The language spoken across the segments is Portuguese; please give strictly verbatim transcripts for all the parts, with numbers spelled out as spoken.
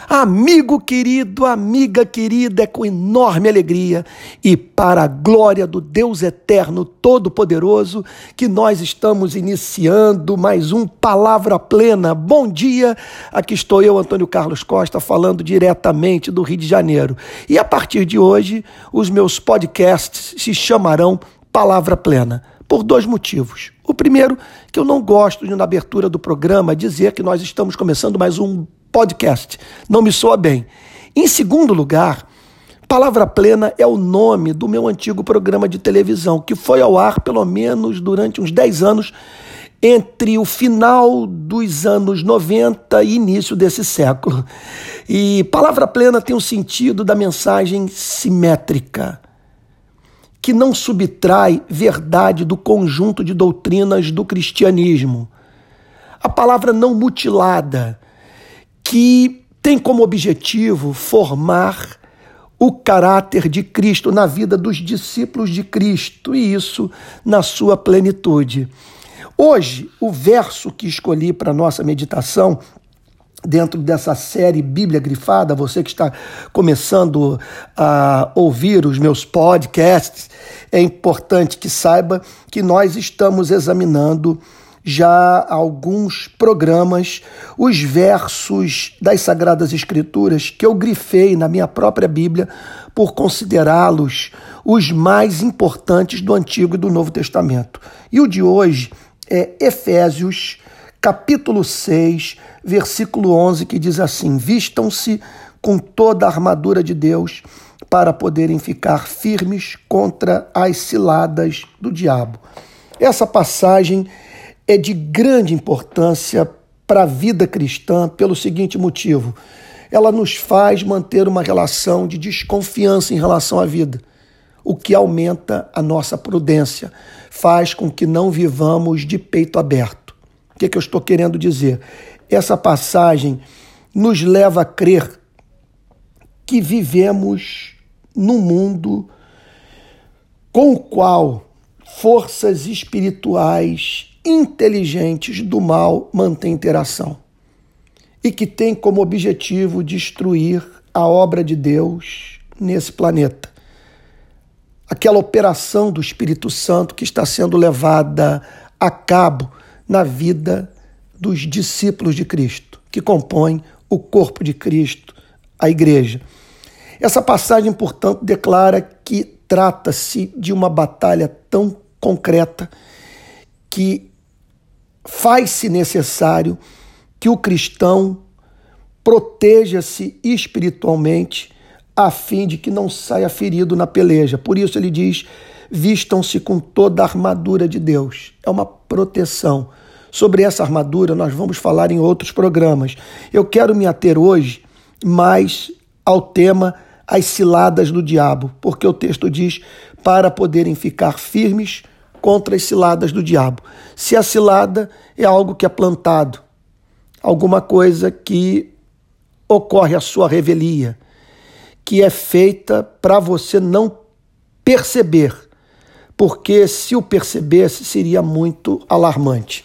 Amigo querido, amiga querida, é com enorme alegria e para a glória do Deus Eterno Todo-Poderoso que nós estamos iniciando mais um Palavra Plena. Bom dia, aqui estou eu, Antônio Carlos Costa, falando diretamente do Rio de Janeiro. E a partir de hoje, os meus podcasts se chamarão Palavra Plena, por dois motivos. O primeiro, que eu não gosto de, na abertura do programa, dizer que nós estamos começando mais um podcast. Não me soa bem. Em segundo lugar, Palavra Plena é o nome do meu antigo programa de televisão, que foi ao ar pelo menos durante uns dez anos, entre o final dos anos noventa e início desse século. E Palavra Plena tem o sentido da mensagem simétrica, que não subtrai verdade do conjunto de doutrinas do cristianismo. A palavra não mutilada, que tem como objetivo formar o caráter de Cristo na vida dos discípulos de Cristo, e isso na sua plenitude. Hoje, o verso que escolhi para a nossa meditação, dentro dessa série Bíblia Grifada, você que está começando a ouvir os meus podcasts, é importante que saiba que nós estamos examinando já há alguns programas os versos das Sagradas Escrituras que eu grifei na minha própria Bíblia por considerá-los os mais importantes do Antigo e do Novo Testamento. E o de hoje é Efésios, capítulo seis, versículo onze, que diz assim: vistam-se com toda a armadura de Deus para poderem ficar firmes contra as ciladas do diabo. Essa passagem é de grande importância para a vida cristã pelo seguinte motivo: ela nos faz manter uma relação de desconfiança em relação à vida, o que aumenta a nossa prudência, faz com que não vivamos de peito aberto. O que é que eu estou querendo dizer? Essa passagem nos leva a crer que vivemos num mundo com o qual forças espirituais inteligentes do mal mantêm interação e que tem como objetivo destruir a obra de Deus nesse planeta. Aquela operação do Espírito Santo que está sendo levada a cabo na vida dos discípulos de Cristo, que compõem o corpo de Cristo, a igreja. Essa passagem, portanto, declara que trata-se de uma batalha tão concreta que faz-se necessário que o cristão proteja-se espiritualmente a fim de que não saia ferido na peleja. Por isso ele diz: vistam-se com toda a armadura de Deus. É uma proteção. Sobre essa armadura nós vamos falar em outros programas. Eu quero me ater hoje mais ao tema as ciladas do diabo, porque o texto diz para poderem ficar firmes contra as ciladas do diabo. Se a cilada é algo que é plantado, alguma coisa que ocorre à sua revelia, que é feita para você não perceber, porque se o percebesse seria muito alarmante.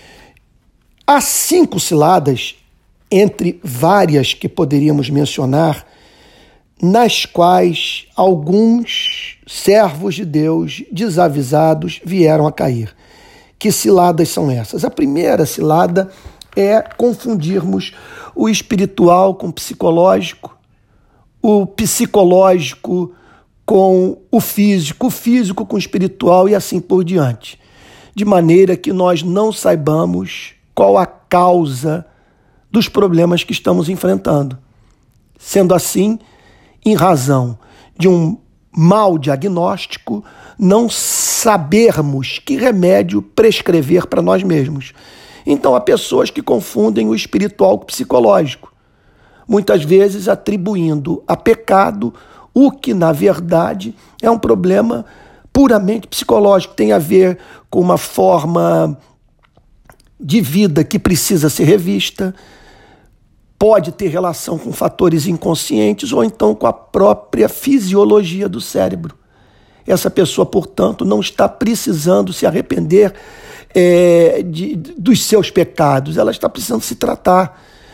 Há cinco ciladas, entre várias que poderíamos mencionar, nas quais alguns servos de Deus desavisados vieram a cair. Que ciladas são essas? A primeira cilada é confundirmos o espiritual com o psicológico, o psicológico com o físico, o físico com o espiritual e assim por diante. De maneira que nós não saibamos qual a causa dos problemas que estamos enfrentando. Sendo assim, em razão de um mau diagnóstico, não sabermos que remédio prescrever para nós mesmos. Então, há pessoas que confundem o espiritual com o psicológico, muitas vezes atribuindo a pecado o que, na verdade, é um problema puramente psicológico, tem a ver com uma forma de vida que precisa ser revista, pode ter relação com fatores inconscientes ou então com a própria fisiologia do cérebro. Essa pessoa, portanto, não está precisando se arrepender é, de, dos seus pecados, ela está precisando se tratar.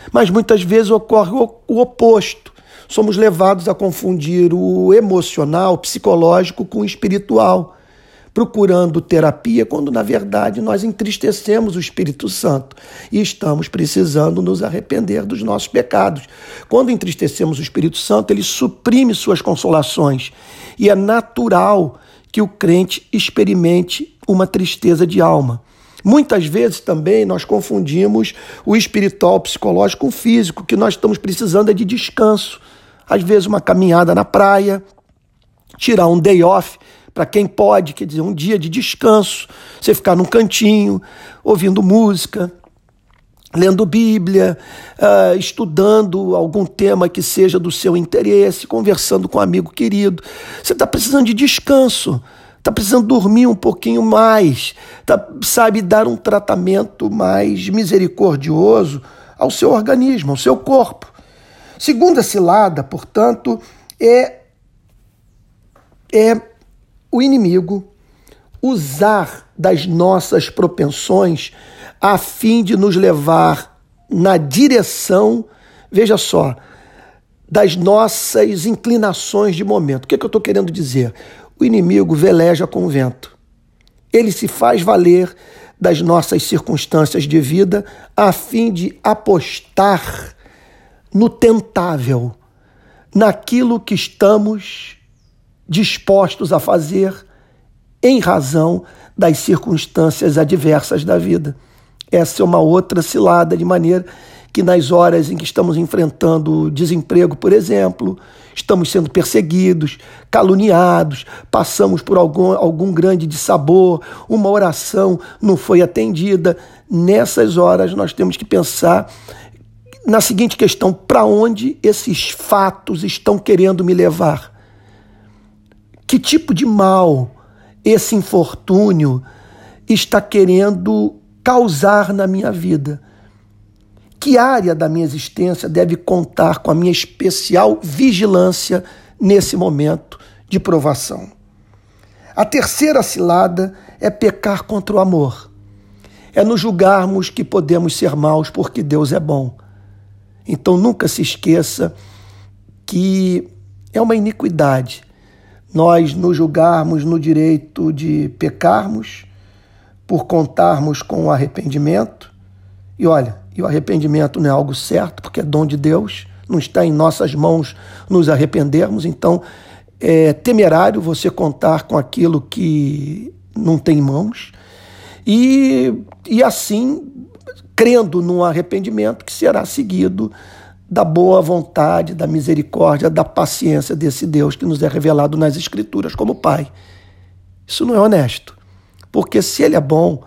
Mas muitas vezes ocorre o, o oposto. Somos levados a confundir o emocional, o psicológico com o espiritual, procurando terapia, quando na verdade nós entristecemos o Espírito Santo e estamos precisando nos arrepender dos nossos pecados. Quando entristecemos o Espírito Santo, ele suprime suas consolações e é natural que o crente experimente uma tristeza de alma. Muitas vezes também nós confundimos o espiritual, o psicológico com o físico, que nós estamos precisando é de descanso. Às vezes uma caminhada na praia, tirar um day off, para quem pode, quer dizer, um dia de descanso, você ficar num cantinho, ouvindo música, lendo Bíblia, uh, estudando algum tema que seja do seu interesse, conversando com um amigo querido. Você está precisando de descanso, está precisando dormir um pouquinho mais, tá, sabe, dar um tratamento mais misericordioso ao seu organismo, ao seu corpo. Segunda cilada, portanto, é, é o inimigo usar das nossas propensões a fim de nos levar na direção, veja só, das nossas inclinações de momento. O que é que eu estou querendo dizer? O inimigo veleja com o vento. Ele se faz valer das nossas circunstâncias de vida a fim de apostar no tentável, naquilo que estamos dispostos a fazer em razão das circunstâncias adversas da vida. Essa é uma outra cilada, de maneira que nas horas em que estamos enfrentando desemprego, por exemplo, estamos sendo perseguidos, caluniados, passamos por algum, algum grande dissabor, uma oração não foi atendida. Nessas horas nós temos que pensar na seguinte questão: para onde esses fatos estão querendo me levar? Que tipo de mal esse infortúnio está querendo causar na minha vida? Que área da minha existência deve contar com a minha especial vigilância nesse momento de provação? A terceira cilada é pecar contra o amor. É nos julgarmos que podemos ser maus porque Deus é bom. Então nunca se esqueça que é uma iniquidade nós nos julgarmos no direito de pecarmos por contarmos com o arrependimento. E olha, e o arrependimento não é algo certo, porque é dom de Deus, não está em nossas mãos nos arrependermos. Então é temerário você contar com aquilo que não tem mãos e, e assim, crendo num arrependimento que será seguido da boa vontade, da misericórdia, da paciência desse Deus que nos é revelado nas Escrituras como Pai. Isso não é honesto, porque se Ele é bom,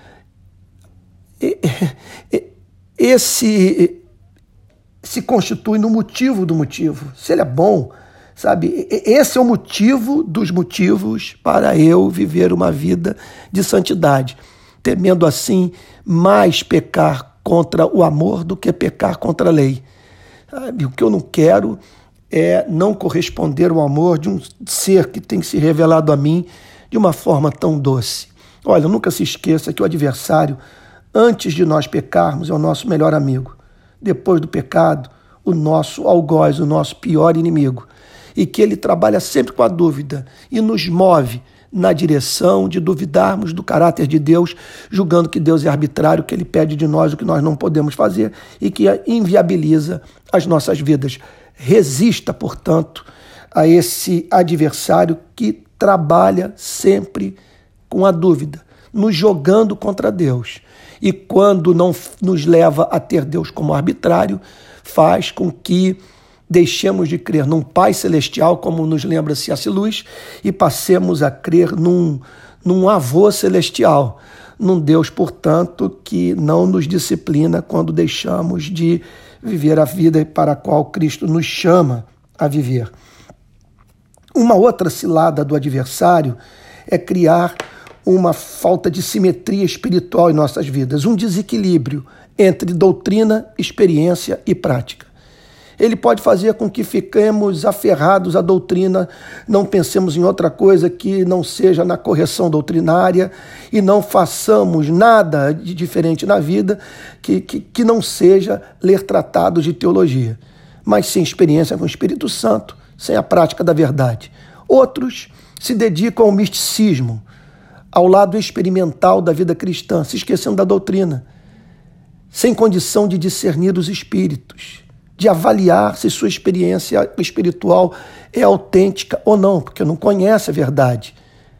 esse se constitui no motivo do motivo. Se Ele é bom, sabe, esse é o motivo dos motivos para eu viver uma vida de santidade, temendo assim mais pecar contra o amor do que pecar contra a lei. O que eu não quero é não corresponder ao amor de um ser que tem se revelado a mim de uma forma tão doce. Olha, nunca se esqueça que o adversário, antes de nós pecarmos, é o nosso melhor amigo. Depois do pecado, o nosso algoz, o nosso pior inimigo. E que ele trabalha sempre com a dúvida e nos move na direção de duvidarmos do caráter de Deus, julgando que Deus é arbitrário, que Ele pede de nós o que nós não podemos fazer e que inviabiliza as nossas vidas. Resista, portanto, a esse adversário que trabalha sempre com a dúvida, nos jogando contra Deus. E quando não nos leva a ter Deus como arbitrário, faz com que deixemos de crer num Pai Celestial, como nos lembra C S Lewis, e passemos a crer num, num avô celestial, num Deus, portanto, que não nos disciplina quando deixamos de viver a vida para a qual Cristo nos chama a viver. Uma outra cilada do adversário é criar uma falta de simetria espiritual em nossas vidas, um desequilíbrio entre doutrina, experiência e prática. Ele pode fazer com que fiquemos aferrados à doutrina, não pensemos em outra coisa que não seja na correção doutrinária e não façamos nada de diferente na vida que, que, que não seja ler tratados de teologia, mas sem experiência com o Espírito Santo, sem a prática da verdade. Outros se dedicam ao misticismo, ao lado experimental da vida cristã, se esquecendo da doutrina, sem condição de discernir os espíritos, de avaliar se sua experiência espiritual é autêntica ou não, porque não conhece a verdade.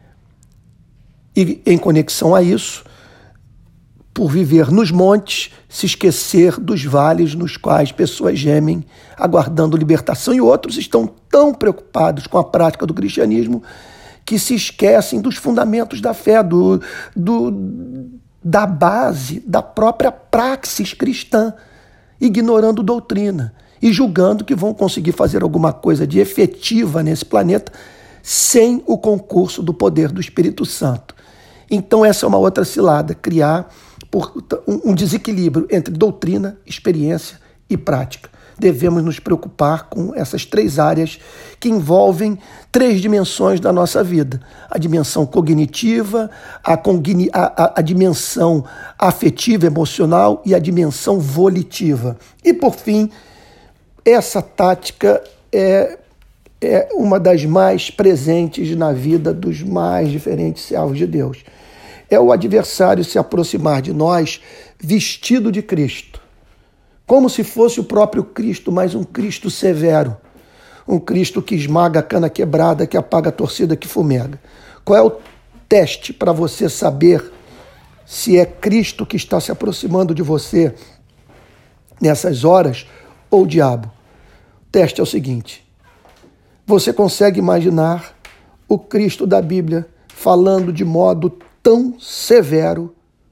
E em conexão a isso, por viver nos montes, se esquecer dos vales nos quais pessoas gemem, aguardando libertação, e outros estão tão preocupados com a prática do cristianismo que se esquecem dos fundamentos da fé, do, do, da base, da própria praxis cristã, ignorando doutrina e julgando que vão conseguir fazer alguma coisa de efetiva nesse planeta sem o concurso do poder do Espírito Santo. Então essa é uma outra cilada, criar um desequilíbrio entre doutrina, experiência e prática. Devemos nos preocupar com essas três áreas que envolvem três dimensões da nossa vida. A dimensão cognitiva, a, cogni- a, a, a dimensão afetiva, emocional e a dimensão volitiva. E, por fim, essa tática é, é uma das mais presentes na vida dos mais diferentes servos de Deus. É o adversário se aproximar de nós vestido de Cristo, como se fosse o próprio Cristo, mas um Cristo severo, um Cristo que esmaga a cana quebrada, que apaga a torcida que fumega. Qual é o teste para você saber se é Cristo que está se aproximando de você nessas horas ou o diabo? O teste é o seguinte: você consegue imaginar o Cristo da Bíblia falando de modo tão severo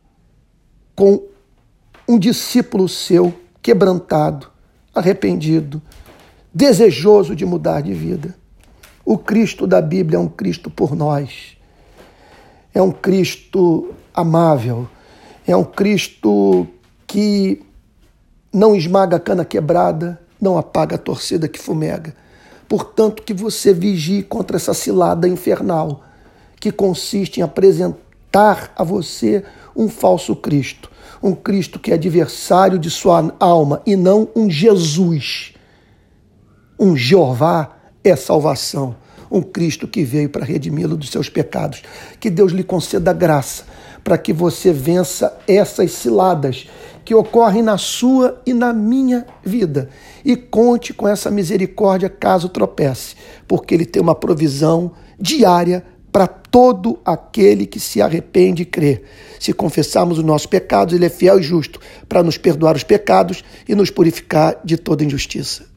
com um discípulo seu quebrantado, arrependido, desejoso de mudar de vida? O Cristo da Bíblia é um Cristo por nós. É um Cristo amável. É um Cristo que não esmaga a cana quebrada, não apaga a torcida que fumega. Portanto, que você vigie contra essa cilada infernal, que consiste em apresentar a você um falso Cristo. Um Cristo que é adversário de sua alma e não um Jesus. Um Jeová é salvação. Um Cristo que veio para redimi-lo dos seus pecados. Que Deus lhe conceda graça para que você vença essas ciladas que ocorrem na sua e na minha vida. E conte com essa misericórdia caso tropece, porque Ele tem uma provisão diária para todo aquele que se arrepende e crê. Se confessarmos os nossos pecados, Ele é fiel e justo para nos perdoar os pecados e nos purificar de toda injustiça.